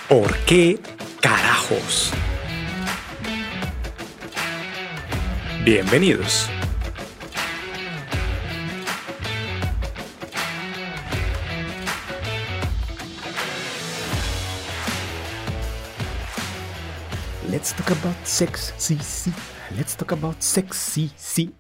¿Por qué carajos? Bienvenidos. Let's talk about sex, sí. Let's talk about sex, sí.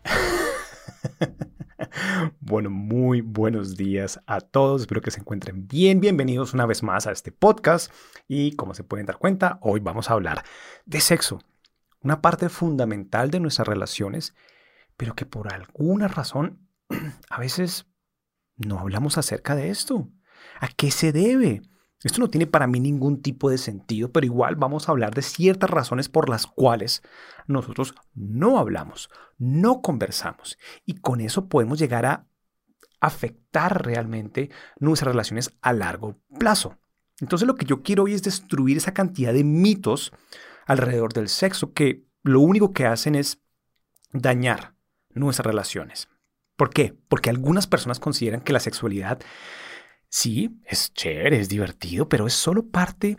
Bueno, muy buenos días a todos. Espero que se encuentren bien. Bienvenidos una vez más a este podcast. Y como se pueden dar cuenta, hoy vamos a hablar de sexo. Una parte fundamental de nuestras relaciones, pero que por alguna razón a veces no hablamos acerca de esto. ¿A qué se debe? Esto no tiene para mí ningún tipo de sentido, pero igual vamos a hablar de ciertas razones por las cuales nosotros no hablamos, no conversamos. Y con eso podemos llegar a afectar realmente nuestras relaciones a largo plazo. Entonces lo que yo quiero hoy es destruir esa cantidad de mitos alrededor del sexo que lo único que hacen es dañar nuestras relaciones. ¿Por qué? Porque algunas personas consideran que la sexualidad sí, es chévere, es divertido, pero es solo parte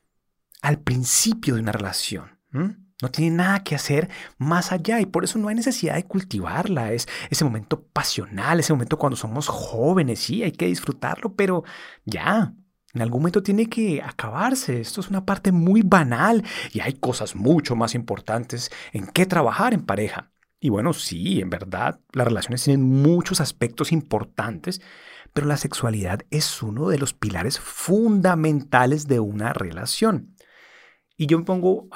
al principio de una relación. No tiene nada que hacer más allá y por eso no hay necesidad de cultivarla. Es ese momento pasional, ese momento cuando somos jóvenes, sí, hay que disfrutarlo, pero ya, en algún momento tiene que acabarse. Esto es una parte muy banal y hay cosas mucho más importantes en qué trabajar en pareja. Y bueno, sí, en verdad, las relaciones tienen muchos aspectos importantes, pero la sexualidad es uno de los pilares fundamentales de una relación. Y yo me pongo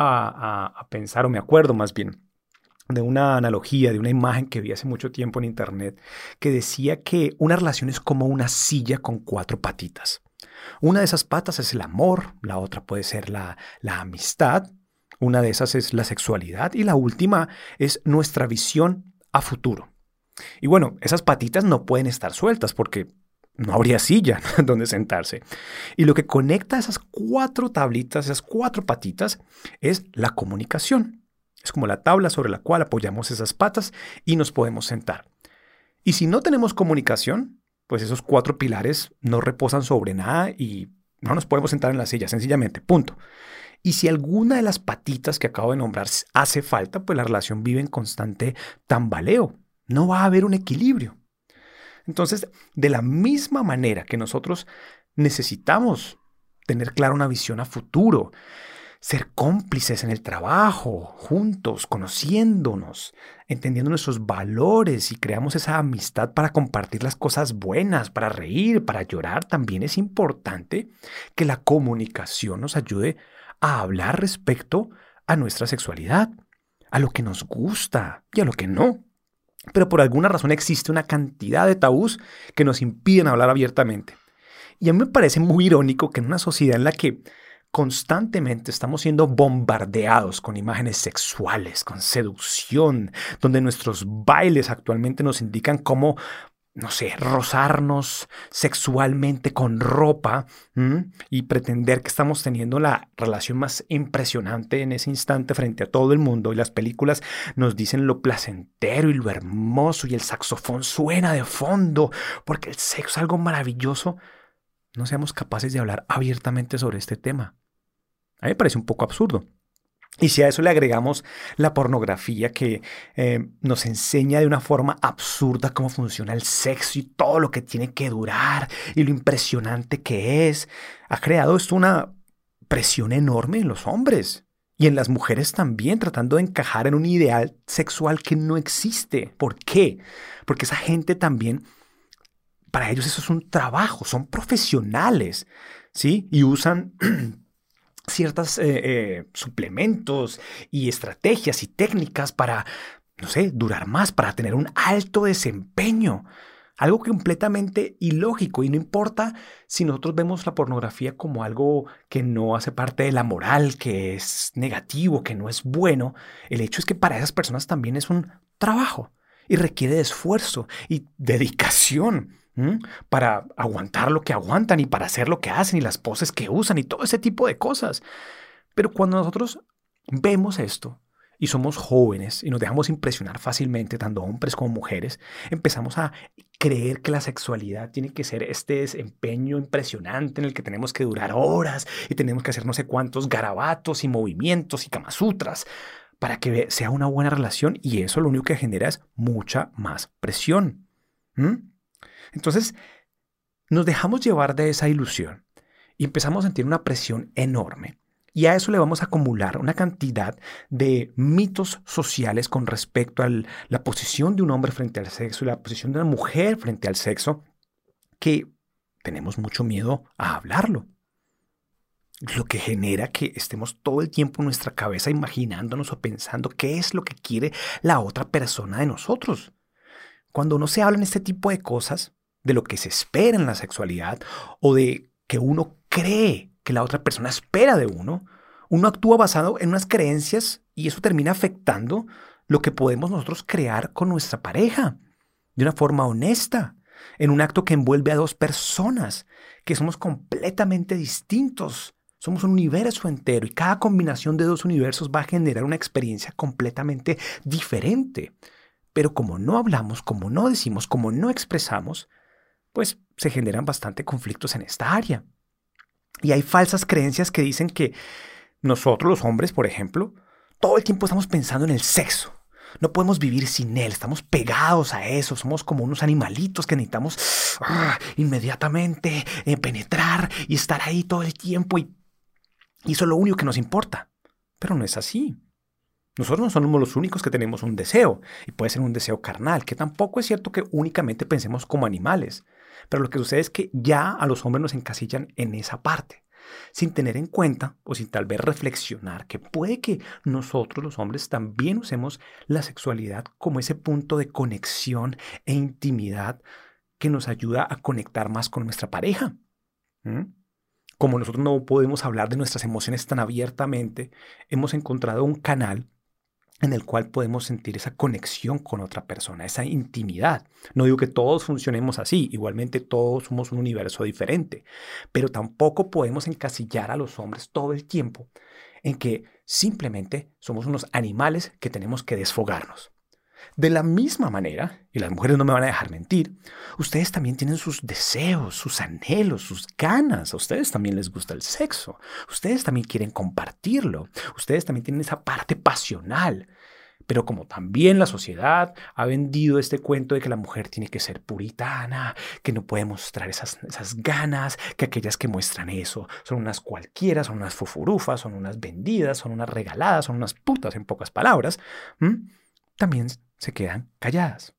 a pensar, o me acuerdo más bien, de una analogía, de una imagen que vi hace mucho tiempo en internet, que decía que una relación es como una silla con 4 patitas. Una de esas patas es el amor, la otra puede ser la amistad, una de esas es la sexualidad y la última es nuestra visión a futuro. Y bueno, esas patitas no pueden estar sueltas porque no habría silla donde sentarse. Y lo que conecta esas 4 tablitas, esas 4 patitas, es la comunicación. Es como la tabla sobre la cual apoyamos esas patas y nos podemos sentar. Y si no tenemos comunicación, pues esos 4 pilares no reposan sobre nada y no nos podemos sentar en la silla, sencillamente, punto. Y si alguna de las patitas que acabo de nombrar hace falta, pues la relación vive en constante tambaleo. No va a haber un equilibrio. Entonces, de la misma manera que nosotros necesitamos tener clara una visión a futuro, ser cómplices en el trabajo, juntos, conociéndonos, entendiendo nuestros valores y creamos esa amistad para compartir las cosas buenas, para reír, para llorar, también es importante que la comunicación nos ayude a hablar respecto a nuestra sexualidad, a lo que nos gusta y a lo que no. Pero por alguna razón existe una cantidad de tabús que nos impiden hablar abiertamente. Y a mí me parece muy irónico que en una sociedad en la que constantemente estamos siendo bombardeados con imágenes sexuales, con seducción, donde nuestros bailes actualmente nos indican cómo, no sé, rozarnos sexualmente con ropa y pretender que estamos teniendo la relación más impresionante en ese instante frente a todo el mundo. Y las películas nos dicen lo placentero y lo hermoso y el saxofón suena de fondo porque el sexo es algo maravilloso. No seamos capaces de hablar abiertamente sobre este tema. A mí me parece un poco absurdo. Y si a eso le agregamos la pornografía que nos enseña de una forma absurda cómo funciona el sexo y todo lo que tiene que durar y lo impresionante que es, ha creado esto una presión enorme en los hombres y en las mujeres también, tratando de encajar en un ideal sexual que no existe. ¿Por qué? Porque esa gente también, para ellos eso es un trabajo, son profesionales, ¿sí? Y usan ciertos suplementos y estrategias y técnicas para, no sé, durar más, para tener un alto desempeño. Algo completamente ilógico y no importa si nosotros vemos la pornografía como algo que no hace parte de la moral, que es negativo, que no es bueno. El hecho es que para esas personas también es un trabajo y requiere de esfuerzo y dedicación. Para aguantar lo que aguantan y para hacer lo que hacen y las poses que usan y todo ese tipo de cosas. Pero cuando nosotros vemos esto y somos jóvenes y nos dejamos impresionar fácilmente, tanto hombres como mujeres, empezamos a creer que la sexualidad tiene que ser este desempeño impresionante en el que tenemos que durar horas y tenemos que hacer no sé cuántos garabatos y movimientos y kamasutras para que sea una buena relación, y eso lo único que genera es mucha más presión. Entonces, nos dejamos llevar de esa ilusión y empezamos a sentir una presión enorme. Y a eso le vamos a acumular una cantidad de mitos sociales con respecto a la posición de un hombre frente al sexo y la posición de una mujer frente al sexo, que tenemos mucho miedo a hablarlo. Lo que genera que estemos todo el tiempo en nuestra cabeza imaginándonos o pensando qué es lo que quiere la otra persona de nosotros. Cuando no se hablan este tipo de cosas, de lo que se espera en la sexualidad o de que uno cree que la otra persona espera de uno, uno actúa basado en unas creencias y eso termina afectando lo que podemos nosotros crear con nuestra pareja de una forma honesta, en un acto que envuelve a dos personas que somos completamente distintos. Somos un universo entero y cada combinación de dos universos va a generar una experiencia completamente diferente. Pero como no hablamos, como no decimos, como no expresamos, pues se generan bastante conflictos en esta área. Y hay falsas creencias que dicen que nosotros los hombres, por ejemplo, todo el tiempo estamos pensando en el sexo. No podemos vivir sin él, estamos pegados a eso, somos como unos animalitos que necesitamos inmediatamente penetrar y estar ahí todo el tiempo y eso es lo único que nos importa. Pero no es así. Nosotros no somos los únicos que tenemos un deseo, y puede ser un deseo carnal, que tampoco es cierto que únicamente pensemos como animales. Pero lo que sucede es que ya a los hombres nos encasillan en esa parte, sin tener en cuenta o sin tal vez reflexionar que puede que nosotros los hombres también usemos la sexualidad como ese punto de conexión e intimidad que nos ayuda a conectar más con nuestra pareja. Como nosotros no podemos hablar de nuestras emociones tan abiertamente, hemos encontrado un canal en el cual podemos sentir esa conexión con otra persona, esa intimidad. No digo que todos funcionemos así, igualmente todos somos un universo diferente, pero tampoco podemos encasillar a los hombres todo el tiempo en que simplemente somos unos animales que tenemos que desfogarnos. De la misma manera, y las mujeres no me van a dejar mentir, ustedes también tienen sus deseos, sus anhelos, sus ganas. A ustedes también les gusta el sexo. Ustedes también quieren compartirlo. Ustedes también tienen esa parte pasional. Pero como también la sociedad ha vendido este cuento de que la mujer tiene que ser puritana, que no puede mostrar esas ganas, que aquellas que muestran eso son unas cualquiera, son unas fufurufas, son unas vendidas, son unas regaladas, son unas putas en pocas palabras, también se quedan calladas.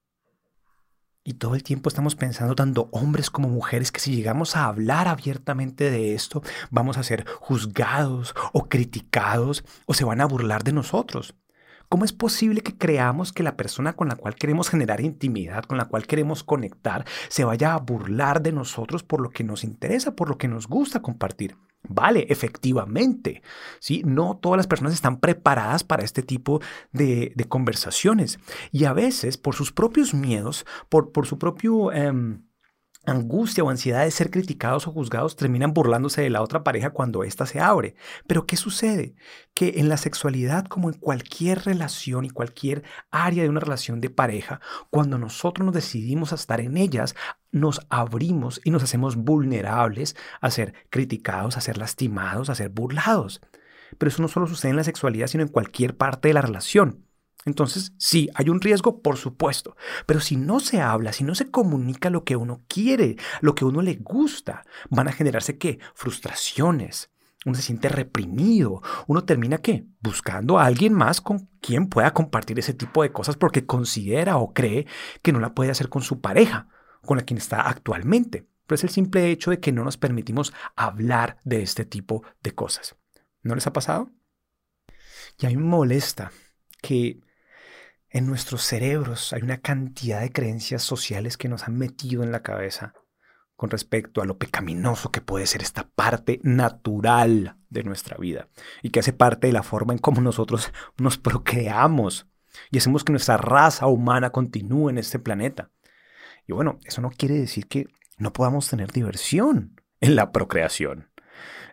Y todo el tiempo estamos pensando, tanto hombres como mujeres, que si llegamos a hablar abiertamente de esto, vamos a ser juzgados o criticados o se van a burlar de nosotros. ¿Cómo es posible que creamos que la persona con la cual queremos generar intimidad, con la cual queremos conectar, se vaya a burlar de nosotros por lo que nos interesa, por lo que nos gusta compartir? Vale, efectivamente, ¿sí? No todas las personas están preparadas para este tipo de conversaciones. Y a veces, por sus propios miedos, por su propio angustia o ansiedad de ser criticados o juzgados, terminan burlándose de la otra pareja cuando ésta se abre. Pero ¿qué sucede? Que en la sexualidad, como en cualquier relación y cualquier área de una relación de pareja, cuando nosotros nos decidimos a estar en ellas, nos abrimos y nos hacemos vulnerables a ser criticados, a ser lastimados, a ser burlados. Pero eso no solo sucede en la sexualidad, sino en cualquier parte de la relación. Entonces, sí, hay un riesgo, por supuesto, pero si no se habla, si no se comunica lo que uno quiere, lo que a uno le gusta, van a generarse, ¿qué? Frustraciones. Uno se siente reprimido. Uno termina, ¿qué? Buscando a alguien más con quien pueda compartir ese tipo de cosas porque considera o cree que no la puede hacer con su pareja, con la quien está actualmente. Pero es el simple hecho de que no nos permitimos hablar de este tipo de cosas. ¿No les ha pasado? Y a mí me molesta que en nuestros cerebros hay una cantidad de creencias sociales que nos han metido en la cabeza con respecto a lo pecaminoso que puede ser esta parte natural de nuestra vida y que hace parte de la forma en cómo nosotros nos procreamos y hacemos que nuestra raza humana continúe en este planeta. Y bueno, eso no quiere decir que no podamos tener diversión en la procreación.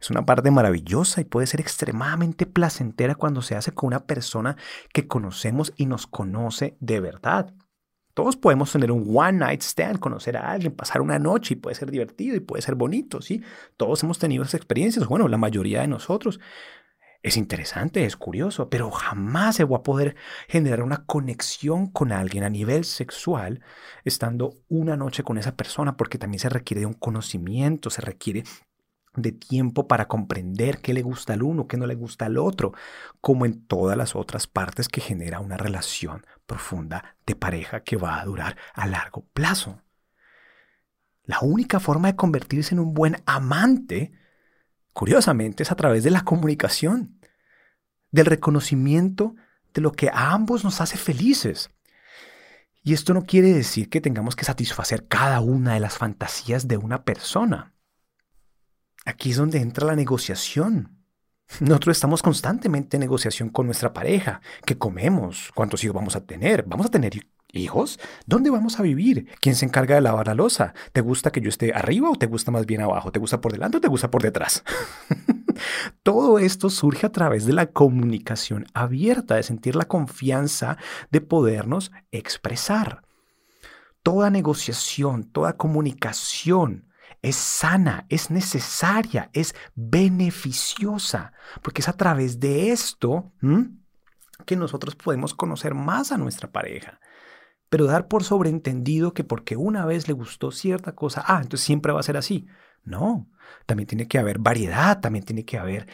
Es una parte maravillosa y puede ser extremadamente placentera cuando se hace con una persona que conocemos y nos conoce de verdad. Todos podemos tener un one night stand, conocer a alguien, pasar una noche y puede ser divertido y puede ser bonito, ¿sí? Todos hemos tenido esas experiencias, bueno, la mayoría de nosotros. Es interesante, es curioso, pero jamás se va a poder generar una conexión con alguien a nivel sexual estando una noche con esa persona, porque también se requiere de un conocimiento, se requiere de tiempo para comprender qué le gusta al uno, qué no le gusta al otro, como en todas las otras partes que genera una relación profunda de pareja que va a durar a largo plazo. La única forma de convertirse en un buen amante, curiosamente, es a través de la comunicación, del reconocimiento de lo que a ambos nos hace felices. Y esto no quiere decir que tengamos que satisfacer cada una de las fantasías de una persona. Aquí es donde entra la negociación. Nosotros estamos constantemente en negociación con nuestra pareja. ¿Qué comemos? ¿Cuántos hijos vamos a tener? ¿Vamos a tener hijos? ¿Dónde vamos a vivir? ¿Quién se encarga de lavar la loza? ¿Te gusta que yo esté arriba o te gusta más bien abajo? ¿Te gusta por delante o te gusta por detrás? Todo esto surge a través de la comunicación abierta, de sentir la confianza de podernos expresar. Toda negociación, toda comunicación es sana, es necesaria, es beneficiosa, porque es a través de esto que nosotros podemos conocer más a nuestra pareja. Pero dar por sobreentendido que porque una vez le gustó cierta cosa, entonces siempre va a ser así. No, también tiene que haber variedad, también tiene que haber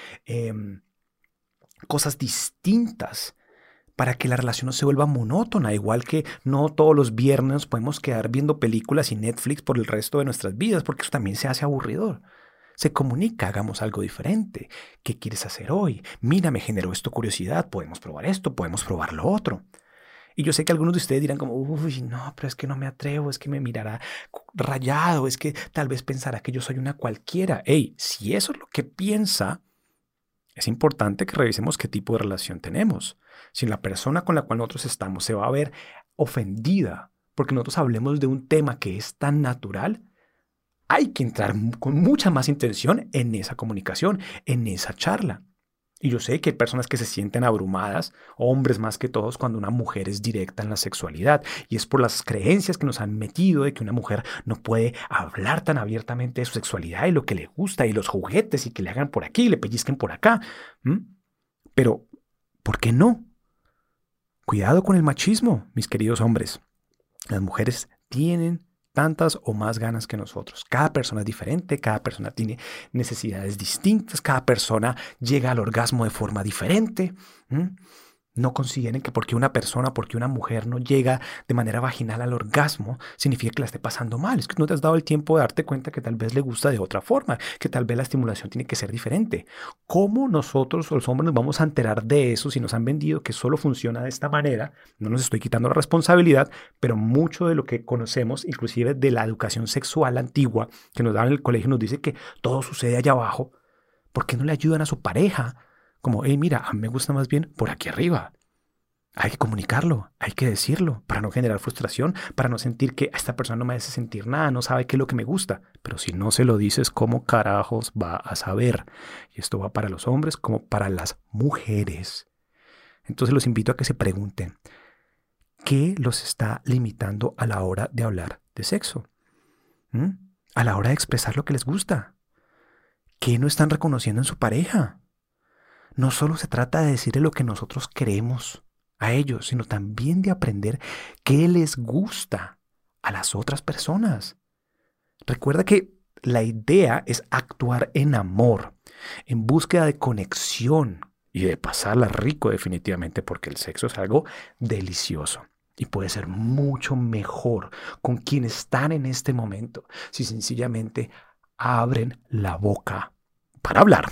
cosas distintas para que la relación no se vuelva monótona, igual que no todos los viernes nos podemos quedar viendo películas y Netflix por el resto de nuestras vidas, porque eso también se hace aburridor. Se comunica, hagamos algo diferente. ¿Qué quieres hacer hoy? Mira, me generó esto curiosidad, podemos probar esto, podemos probar lo otro. Y yo sé que algunos de ustedes dirán como, uy, no, pero es que no me atrevo, es que me mirará rayado, es que tal vez pensará que yo soy una cualquiera. Hey, si eso es lo que piensa, es importante que revisemos qué tipo de relación tenemos. Si la persona con la cual nosotros estamos se va a ver ofendida porque nosotros hablemos de un tema que es tan natural, hay que entrar con mucha más intención en esa comunicación, en esa charla. Y yo sé que hay personas que se sienten abrumadas, hombres más que todos, cuando una mujer es directa en la sexualidad. Y es por las creencias que nos han metido de que una mujer no puede hablar tan abiertamente de su sexualidad y lo que le gusta y los juguetes y que le hagan por aquí y le pellizquen por acá. Pero, ¿por qué no? Cuidado con el machismo, mis queridos hombres. Las mujeres tienen tantas o más ganas que nosotros. Cada persona es diferente, cada persona tiene necesidades distintas, cada persona llega al orgasmo de forma diferente. No consideren que porque una persona, porque una mujer no llega de manera vaginal al orgasmo, significa que la esté pasando mal. Es que no te has dado el tiempo de darte cuenta que tal vez le gusta de otra forma, que tal vez la estimulación tiene que ser diferente. ¿Cómo nosotros los hombres nos vamos a enterar de eso si nos han vendido que solo funciona de esta manera? No nos estoy quitando la responsabilidad, pero mucho de lo que conocemos, inclusive de la educación sexual antigua que nos dan en el colegio, nos dice que todo sucede allá abajo. ¿Por qué no le ayudan a su pareja? Como, hey, mira, a mí me gusta más bien por aquí arriba. Hay que comunicarlo, hay que decirlo, para no generar frustración, para no sentir que esta persona no me hace sentir nada, no sabe qué es lo que me gusta. Pero si no se lo dices, ¿cómo carajos va a saber? Y esto va para los hombres como para las mujeres. Entonces los invito a que se pregunten, ¿qué los está limitando a la hora de hablar de sexo? A la hora de expresar lo que les gusta. ¿Qué no están reconociendo en su pareja? No solo se trata de decirle lo que nosotros queremos a ellos, sino también de aprender qué les gusta a las otras personas. Recuerda que la idea es actuar en amor, en búsqueda de conexión y de pasarla rico definitivamente, porque el sexo es algo delicioso y puede ser mucho mejor con quienes están en este momento si sencillamente abren la boca para hablar.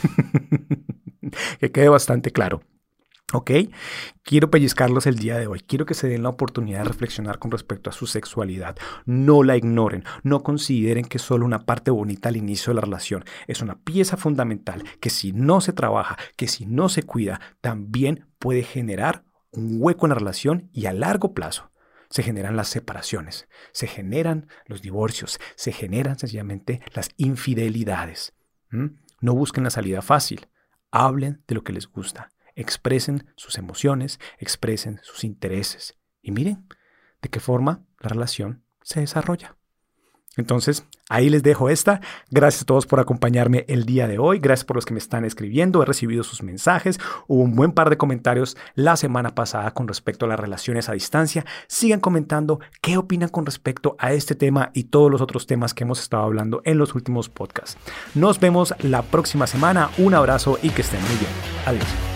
Que quede bastante claro. ¿Ok? Quiero pellizcarlos el día de hoy. Quiero que se den la oportunidad de reflexionar con respecto a su sexualidad. No la ignoren. No consideren que es solo una parte bonita al inicio de la relación. Es una pieza fundamental que si no se trabaja, que si no se cuida, también puede generar un hueco en la relación y a largo plazo se generan las separaciones, se generan los divorcios, se generan sencillamente las infidelidades. No busquen la salida fácil. Hablen de lo que les gusta. Expresen sus emociones, expresen sus intereses. Y miren de qué forma la relación se desarrolla. Entonces, ahí les dejo esta. Gracias a todos por acompañarme el día de hoy. Gracias por los que me están escribiendo. He recibido sus mensajes. Hubo un buen par de comentarios la semana pasada con respecto a las relaciones a distancia. Sigan comentando qué opinan con respecto a este tema y todos los otros temas que hemos estado hablando en los últimos podcasts. Nos vemos la próxima semana. Un abrazo y que estén muy bien. Adiós.